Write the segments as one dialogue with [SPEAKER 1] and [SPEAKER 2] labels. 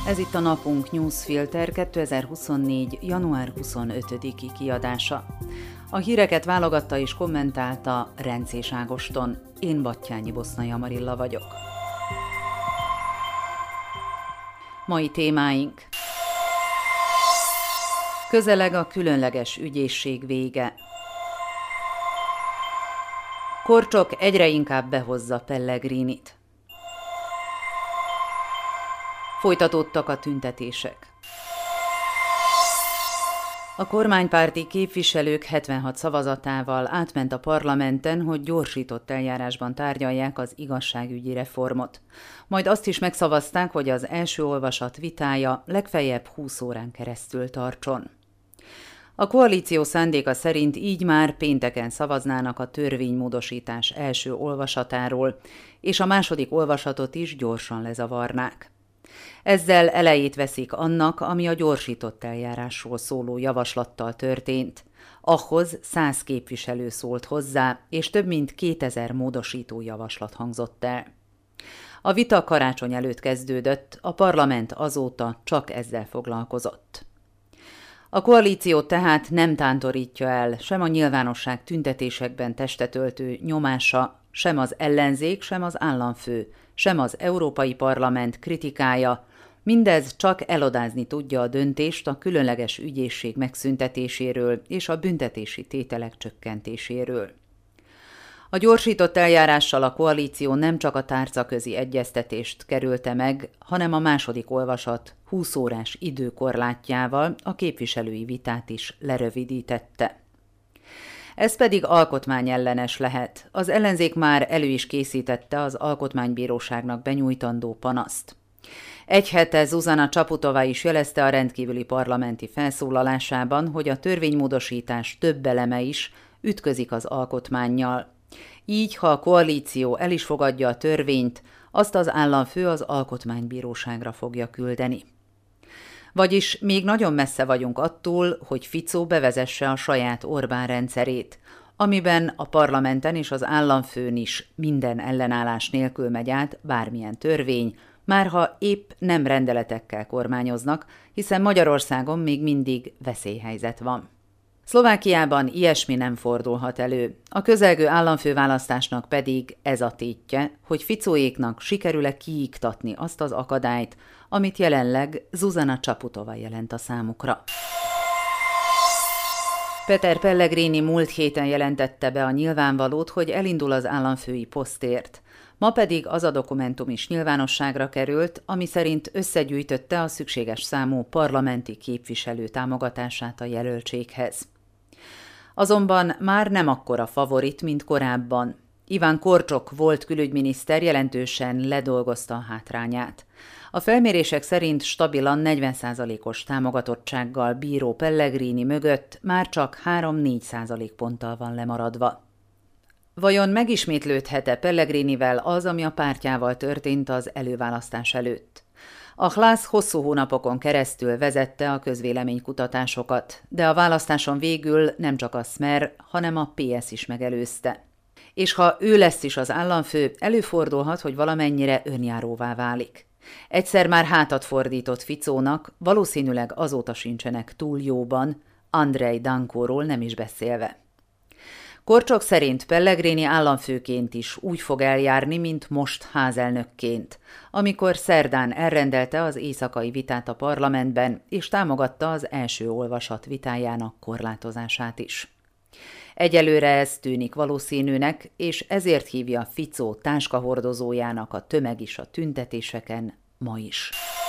[SPEAKER 1] Ez itt a Napunk Newsfilter 2024. január 25-i kiadása. A híreket válogatta és kommentálta Renczés Ágoston. Én Battyányi Boszai Amarilla vagyok. Mai témáink: közeleg a különleges ügyészség vége. Korcsok egyre inkább behozza Pellegrinit. Folytatódtak a tüntetések. A kormánypárti képviselők 76 szavazatával átment a parlamenten, hogy gyorsított eljárásban tárgyalják az igazságügyi reformot. Majd azt is megszavazták, hogy az első olvasat vitája legfeljebb 20 órán keresztül tartson. A koalíció szándéka szerint így már pénteken szavaznának a törvénymódosítás első olvasatáról, és a második olvasatot is gyorsan lezavarnák. Ezzel elejét veszik annak, ami a gyorsított eljárásról szóló javaslattal történt. Ahhoz 100 képviselő szólt hozzá, és több mint 2000 módosító javaslat hangzott el. A vita karácsony előtt kezdődött, a parlament azóta csak ezzel foglalkozott. A koalíció tehát nem tántorítja el sem a nyilvánosság tüntetésekben testet öltő nyomása, sem az ellenzék, sem az államfő, sem az Európai Parlament kritikája, mindez csak elodázni tudja a döntést a különleges ügyészség megszüntetéséről és a büntetési tételek csökkentéséről. A gyorsított eljárással a koalíció nem csak a tárcaközi egyeztetést kerülte meg, hanem a második olvasat 20 órás időkorlátjával a képviselői vitát is lerövidítette. Ez pedig alkotmányellenes lehet. Az ellenzék már elő is készítette az Alkotmánybíróságnak benyújtandó panaszt. Egy hete Zuzana Csaputová is jelezte a rendkívüli parlamenti felszólalásában, hogy a törvénymódosítás több eleme is ütközik az alkotmánnyal. Így, ha a koalíció el is fogadja a törvényt, azt az államfő az Alkotmánybíróságra fogja küldeni. Vagyis még nagyon messze vagyunk attól, hogy Fico bevezesse a saját Orbán rendszerét, amiben a parlamenten és az államfőn is minden ellenállás nélkül megy át bármilyen törvény, márha épp nem rendeletekkel kormányoznak, hiszen Magyarországon még mindig veszélyhelyzet van. Szlovákiában ilyesmi nem fordulhat elő, a közelgő államfőválasztásnak pedig ez a tétje, hogy Ficóéknak sikerül-e kiiktatni azt az akadályt, amit jelenleg Zuzana Csaputová jelent a számukra. Peter Pellegrini múlt héten jelentette be a nyilvánvalót, hogy elindul az államfői posztért. Ma pedig az a dokumentum is nyilvánosságra került, ami szerint összegyűjtötte a szükséges számú parlamenti képviselő támogatását a jelöltséghez. Azonban már nem akkora favorit, mint korábban. Iván Korcsok volt külügyminiszter jelentősen ledolgozta a hátrányát. A felmérések szerint stabilan 40%-os támogatottsággal bíró Pellegrini mögött már csak 3-4% ponttal van lemaradva. Vajon megismétlődhet-e Pellegrinivel az, ami a pártjával történt az előválasztás előtt? A Hlász hosszú hónapokon keresztül vezette a közvéleménykutatásokat, de a választáson végül nem csak a Smer, hanem a PS is megelőzte. És ha ő lesz is az államfő, előfordulhat, hogy valamennyire önjáróvá válik. Egyszer már hátat fordított Ficónak, valószínűleg azóta sincsenek túl jóban, Andrej Dankóról nem is beszélve. Korcsok szerint Pellegrini államfőként is úgy fog eljárni, mint most házelnökként, amikor szerdán elrendelte az éjszakai vitát a parlamentben, és támogatta az első olvasat vitájának korlátozását is. Egyelőre ez tűnik valószínűnek, és ezért hívja Fico táskahordozójának a tömeg is a tüntetéseken ma is.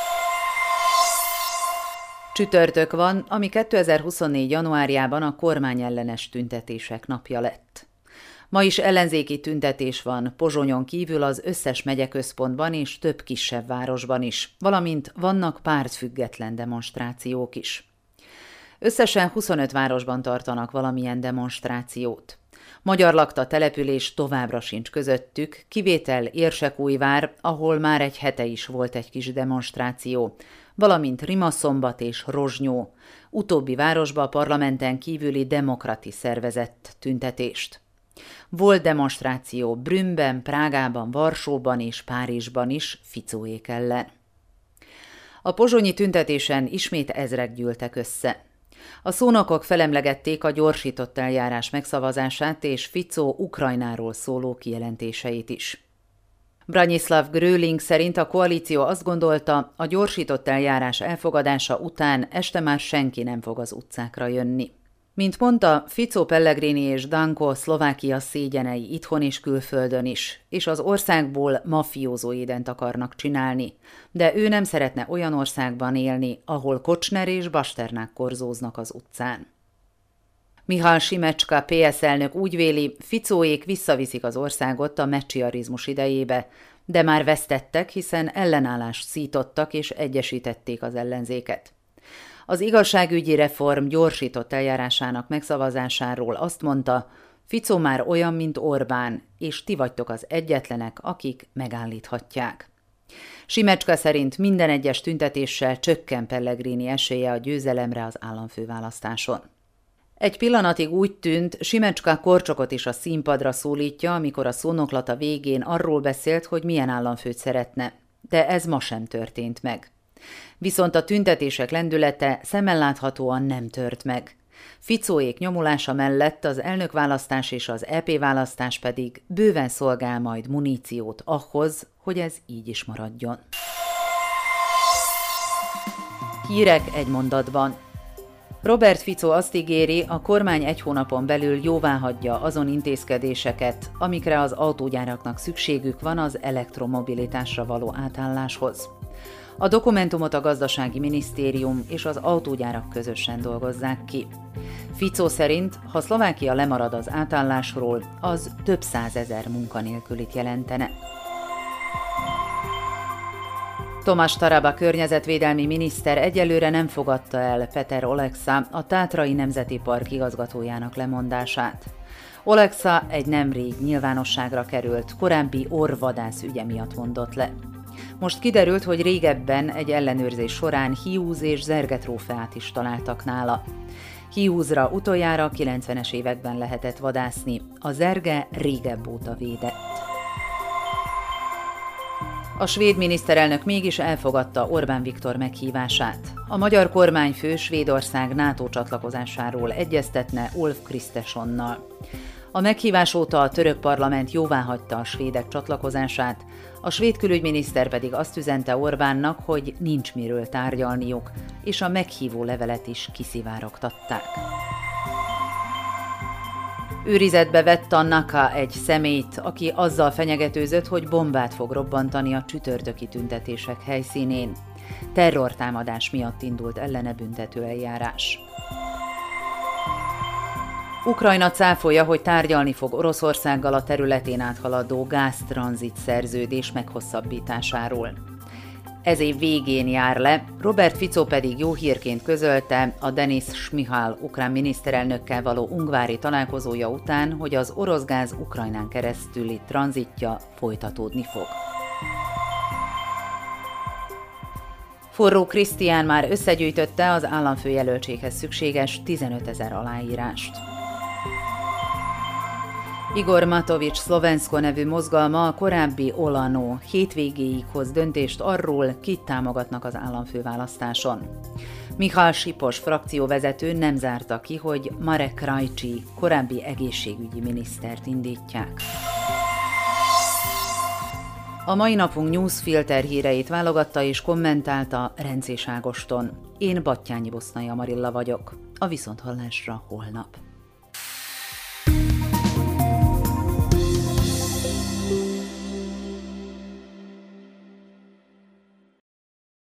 [SPEAKER 1] Csütörtök van, ami 2024. januárjában a kormányellenes tüntetések napja lett. Ma is ellenzéki tüntetés van Pozsonyon kívül az összes megyeközpontban és több kisebb városban is, valamint vannak pártfüggetlen demonstrációk is. Összesen 25 városban tartanak valamilyen demonstrációt. Magyar lakta település továbbra sincs közöttük, kivétel Érsekújvár, ahol már egy hete is volt egy kis demonstráció, valamint Rimaszombat és Rozsnyó. Utóbbi városba a parlamenten kívüli demokrati szervezett tüntetést. Volt demonstráció Brünnben, Prágában, Varsóban és Párizsban is Ficóék ellen. A pozsonyi tüntetésen ismét ezrek gyűltek össze. A szónokok felemlegették a gyorsított eljárás megszavazását és Fico Ukrajnáról szóló kijelentéseit is. Branislav Gröling szerint a koalíció azt gondolta, a gyorsított eljárás elfogadása után este már senki nem fog az utcákra jönni. Mint mondta, Fico, Pellegrini és Danko Szlovákia szégyenei itthon és külföldön is, és az országból mafiózó édent akarnak csinálni, de ő nem szeretne olyan országban élni, ahol Kocsner és Basternák korzóznak az utcán. Mihály Simecska PS elnök úgy véli, Ficóék visszaviszik az országot a mecsiarizmus idejébe, de már vesztettek, hiszen ellenállást szítottak és egyesítették az ellenzéket. Az igazságügyi reform gyorsított eljárásának megszavazásáról azt mondta, Fico már olyan, mint Orbán, és ti vagytok az egyetlenek, akik megállíthatják. Simecska szerint minden egyes tüntetéssel csökken Pellegrini esélye a győzelemre az államfőválasztáson. Egy pillanatig úgy tűnt, Simecska Korcsokot is a színpadra szólítja, amikor a szónoklata végén arról beszélt, hogy milyen államfőt szeretne, de ez ma sem történt meg. Viszont a tüntetések lendülete szemelláthatóan nem tört meg. Ficóék nyomulása mellett az elnökválasztás és az EP-választás pedig bőven szolgál majd muníciót ahhoz, hogy ez így is maradjon. Hírek egy mondatban. Robert Fico azt ígéri, a kormány egy hónapon belül jóváhagyja azon intézkedéseket, amikre az autógyáraknak szükségük van az elektromobilitásra való átálláshoz. A dokumentumot a Gazdasági Minisztérium és az autógyárak közösen dolgozzák ki. Fico szerint, ha Szlovákia lemarad az átállásról, az több százezer munkanélkülit jelentene. Tomáš Taraba környezetvédelmi miniszter egyelőre nem fogadta el Peter Oleksza, a Tátrai Nemzeti Park igazgatójának lemondását. Oleksza egy nemrég nyilvánosságra került, korábbi orvvadász ügye miatt mondott le. Most kiderült, hogy régebben egy ellenőrzés során hiúz és zergetrófeát is találtak nála. Hiúzra utoljára a 90-es években lehetett vadászni, a zerge régebb óta védett. A svéd miniszterelnök mégis elfogadta Orbán Viktor meghívását. A magyar kormányfő Svédország NATO csatlakozásáról egyeztetne Ulf Kristerssonnal. A meghívás óta a török parlament jóváhagyta a svédek csatlakozását, a svéd külügyminiszter pedig azt üzente Orbánnak, hogy nincs miről tárgyalniuk, és a meghívó levelet is kiszivárogtatták. Őrizetbe vett a Naka egy személyt, aki azzal fenyegetőzött, hogy bombát fog robbantani a csütörtöki tüntetések helyszínén. Terrortámadás miatt indult ellene büntetőeljárás. Ukrajna cáfolja, hogy tárgyalni fog Oroszországgal a területén áthaladó gáztranzit szerződés meghosszabbításáról. Ez év végén jár le, Robert Fico pedig jó hírként közölte a Denis Šmihal ukrán miniszterelnökkel való ungvári találkozója után, hogy az orosz gáz Ukrajnán keresztüli tranzitja folytatódni fog. Forró Krisztián már összegyűjtötte az államfőjelöltséghez szükséges 15 000 aláírást. Igor Matovics Szlovensko nevű mozgalma, a korábbi Olano hétvégéig hoz döntést arról, kit támogatnak az államfőválasztáson. Mihály Sipos frakcióvezető nem zárta ki, hogy Marek Krajcsi korábbi egészségügyi minisztert indítják. A mai napunk newsfilter híreit válogatta és kommentálta Renczés Ágoston. Én Battyányi Bosznai Amarilla vagyok. A viszonthallásra holnap.